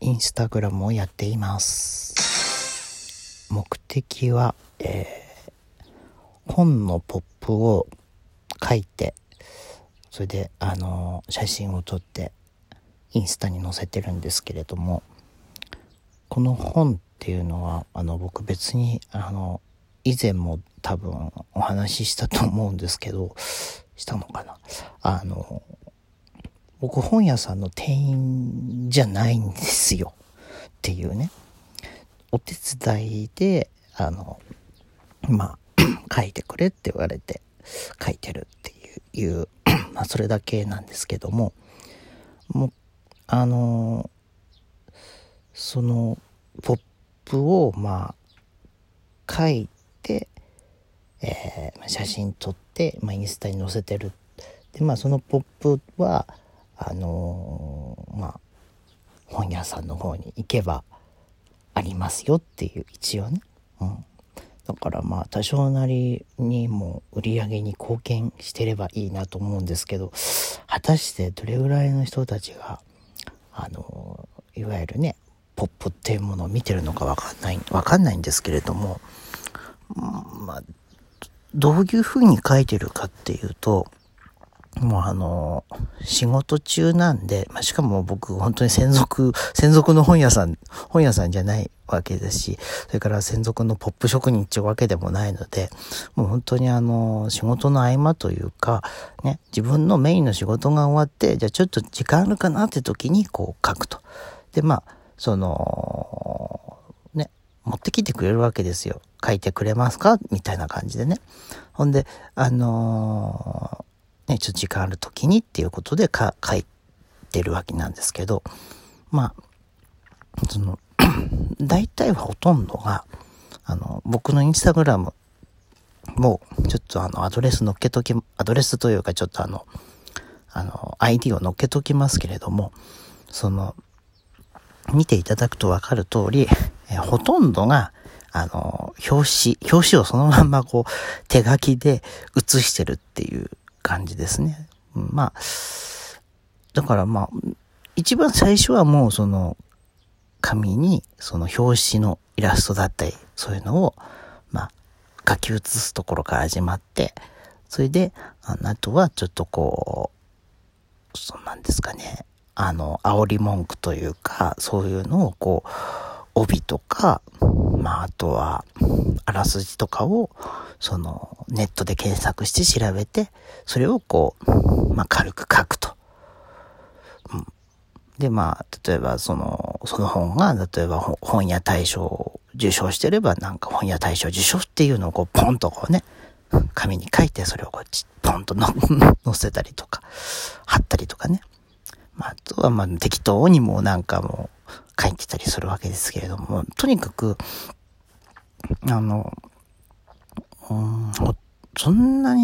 インスタグラムをやっています。目的は、本のポップを書いて、それで写真を撮ってインスタに載せてるんですけれども、この本っていうのは僕別に以前も多分お話ししたと思うんですけど、したのかな、僕本屋さんの店員じゃないんですよっていうね、お手伝いで書いてくれって言われて書いてるっていうそれだけなんですけども、そのポップを書いて、写真撮って、インスタに載せてる。でそのポップは本屋さんの方に行けばありますよっていう、一応ね、だから多少なりにも売り上げに貢献してればいいなと思うんですけど、果たしてどれぐらいの人たちがいわゆるねポップっていうものを見てるのかわかんないんですけれども、どういうふうに書いてるかっていうと、もう仕事中なんで、しかも僕本当に専属の本屋さんじゃないわけですし、それから専属のポップ職人っていうわけでもないので、もう本当に仕事の合間というかね、自分のメインの仕事が終わって、じゃあちょっと時間あるかなって時にこう書くと。で持ってきてくれるわけですよ。書いてくれますかみたいな感じでね。ほんでちょっと時間ある時にっていうことで書いてるわけなんですけど、大体はほとんどが僕のインスタグラムもちょっとアドレスというかちょっとID を載っけときますけれども、見ていただくと分かる通り、ほとんどが表紙をそのまんまこう手書きで写してるっていう感じですね。だから一番最初はもうその紙にその表紙のイラストだったりそういうのを書き写すところから始まって、それであとはちょっとこうそうなんですかね、煽り文句というかそういうのをこう帯とかあとはあらすじとかをネットで検索して調べて、それをこう軽く書くと。で例えばその本が例えば本屋大賞を受賞してれば本屋大賞受賞っていうのをこうポンとこうね紙に書いて、それをこうポンと載せたりとか貼ったりとかね、あとは適当にもう書いてたりするわけですけれども、とにかくそんなに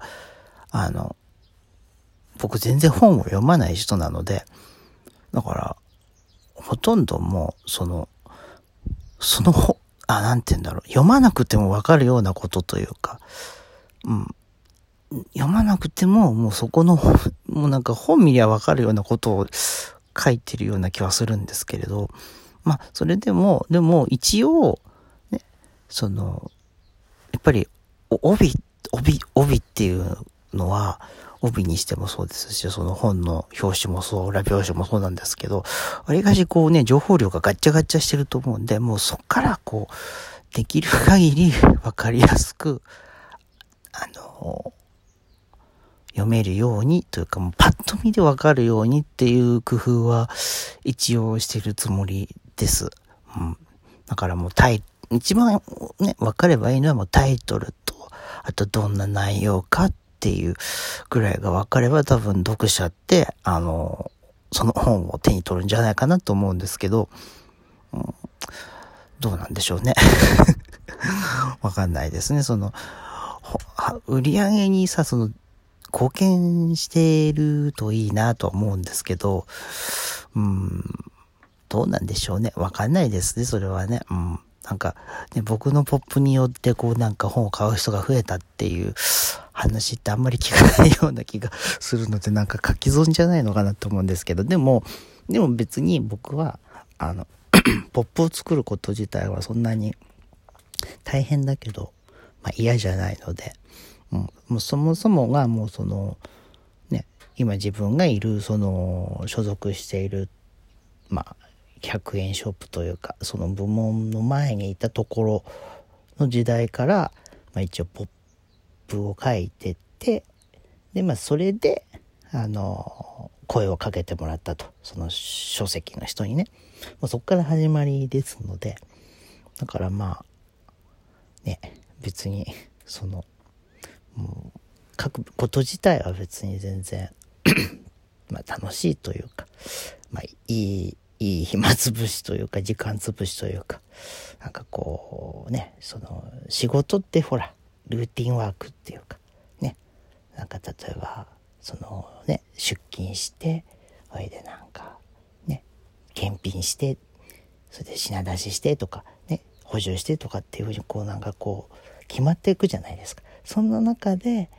僕全然本を読まない人なので、だからほとんどもうなんて言うんだろう、読まなくてもわかるようなことというか、読まなくてももうそこのもう本見りゃわかるようなことを書いてるような気はするんですけれど、それでも一応ね、やっぱり帯っていうのは、帯にしてもそうですし、その本の表紙もそう、裏表紙もそうなんですけど、わりかしこうね、情報量がガッチャガチャしてると思うんで、もうそっからこう、できる限りわかりやすく、読めるようにというか、もうパッと見でわかるようにっていう工夫は一応してるつもりです。だからもう一番ね、わかればいいのはもうタイトルと、あとどんな内容かっていうぐらいがわかれば、多分読者ってその本を手に取るんじゃないかなと思うんですけど、どうなんでしょうね。わかんないですね。売り上げに貢献しているといいなと思うんですけど、どうなんでしょうね。わかんないですね、それはね。僕のポップによって本を買う人が増えたっていう話ってあんまり聞かないような気がするので、書き損じゃないのかなと思うんですけど、でも別に僕はポップを作ること自体はそんなに大変だけど、嫌じゃないので、もうそもそもがもう今自分がいる所属している100円ショップというかその部門の前にいたところの時代から、一応ポップを書いてってでそれで声をかけてもらったと、その書籍の人にね、そこから始まりですので、だから別にもう書くこと自体は別に全然楽しいというか、いい暇つぶしというか時間つぶしというか、仕事ってほらルーティンワークっていうかね、例えば出勤してそれで検品してそれで品出ししてとかね補充してとかっていうふうに決まっていくじゃないですか。そんな中で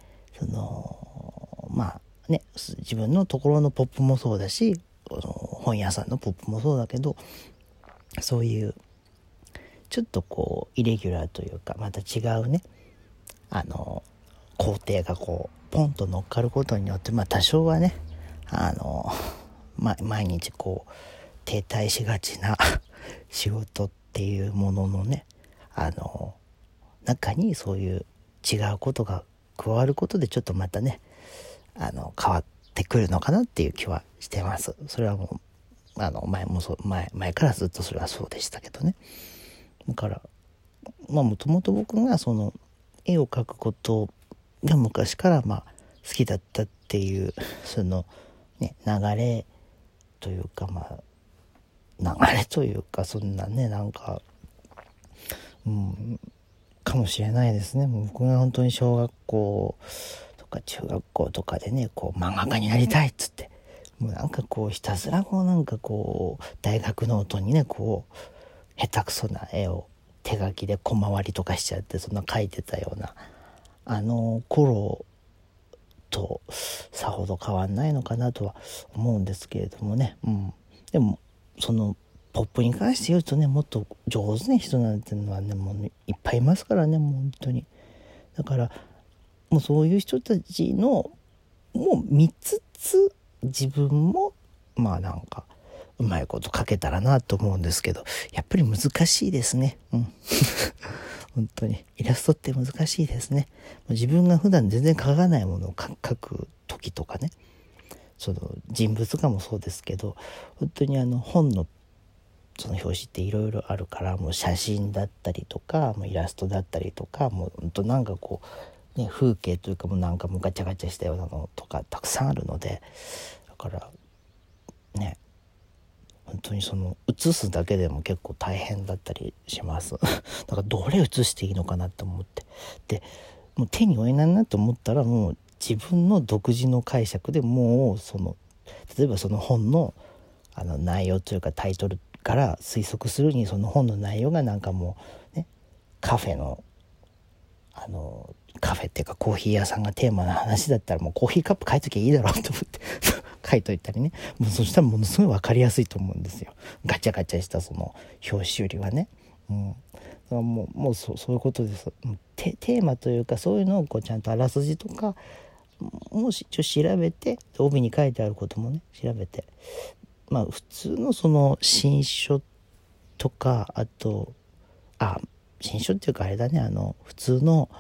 自分のところのポップもそうだし本屋さんのポップもそうだけど、そういうちょっとイレギュラーというかまた違うね工程がポンと乗っかることによって多少はね毎日停滞しがちな仕事っていうもののね中にそういう違うことが加わることでちょっとまたね変わってくるのかなっていう気はしてます。それはもう前からずっとそれはそうでしたけどね。だからもともと僕が絵を描くことが昔から好きだったっていう流れというかそんなねかもしれないですね。もう僕が本当に小学校とか中学校とかでね漫画家になりたいっつってもうひたすら大学ノートにね下手くそな絵を手書きで小回りとかしちゃってそんな描いてたような頃とさほど変わんないのかなとは思うんですけれどもね、でもポップに関して言うとねもっと上手な人なんてのはねもうねいっぱいいますからね、もう本当に。だからもうそういう人たちのも見つつ自分もうまいこと書けたらなと思うんですけど、やっぱり難しいですね。本当にイラストって難しいですね。自分が普段全然描かないものを描く時とかね、人物画もそうですけど、本当に本の表紙っていろいろあるから、もう写真だったりとかもうイラストだったりとか、もう本当風景というかもうガチャガチャしたようなのとかたくさんあるので、だからね本当に写すだけでも結構大変だったりしますだからどれ写していいのかなって思って、でもう手に負えないなと思ったらもう自分の独自の解釈でもう例えばその本の内容というかタイトルから推測するにその本の内容がもうねカフェっていうかコーヒー屋さんがテーマの話だったらもうコーヒーカップ書いときゃいいだろうと思って書いといたりね、もうそしたらものすごい分かりやすいと思うんですよ、ガチャガチャした表紙よりはね。だからもうそういうことです。テーマというかそういうのをちゃんとあらすじとかもし調べて帯に書いてあることもね調べて、普通の新書とかあと新書っていうかあれだね普通の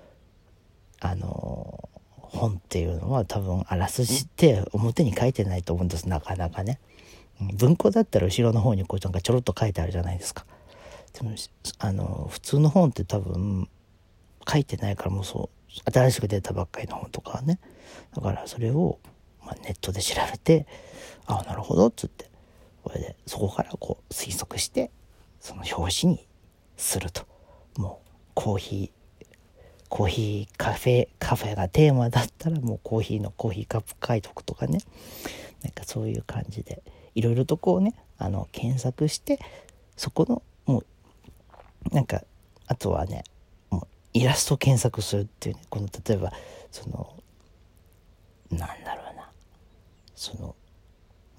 本っていうのは多分あらすじって表に書いてないと思うんです、なかなかね。文庫だったら後ろの方にちょろっと書いてあるじゃないですか。でも普通の本って多分書いてないから、もう新しく出たばっかりの本とかはね、だからそれを、ネットで調べてなるほどっつって、これでそこから推測してその表紙にすると、もうコーヒーカフェがテーマだったらもうコーヒーカップ書いとくとかね、そういう感じでいろいろと検索して、そこのもうあとはねもうイラスト検索するっていうね、例えば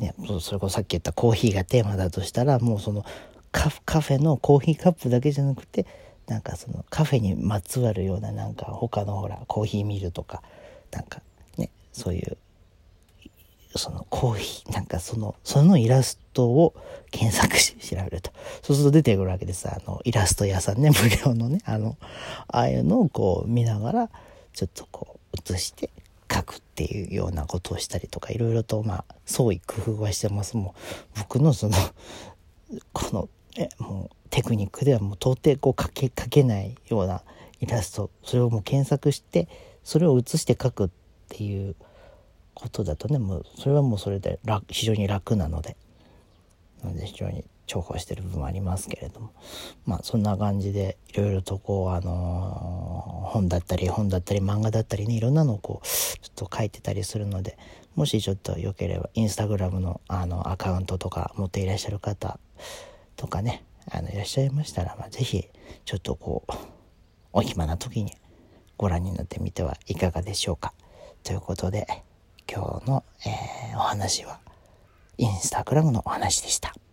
ね、それこそさっき言ったコーヒーがテーマだとしたら、もうそのカフェのコーヒーカップだけじゃなくて、なんかそのカフェにまつわるような、なんか他のほらコーヒーミルとか、なんかね、そういうそのコーヒー、なんかそのイラストを検索して調べると、そうすると出てくるわけです。イラスト屋さんね、無料のね、ああいうのをこう見ながらちょっとこう写して書くっていうようなことをしたりとか、いろいろと創意工夫はしてます。もう僕のこのもうテクニックではもう到底こう書けないようなイラスト、それをもう検索してそれを写して書くっていうことだとね、もうそれはもうそれで非常に楽なので非常に重宝してる部分はありますけれども、そんな感じでいろいろとこう本だったり漫画だったりね、いろんなのをこうちょっと書いてたりするので、もしちょっとよければインスタグラムのアカウントとか持っていらっしゃる方とかね、いらっしゃいましたら、ぜひちょっとこうお暇な時にご覧になってみてはいかがでしょうか。ということで今日の、お話はインスタグラムのお話でした。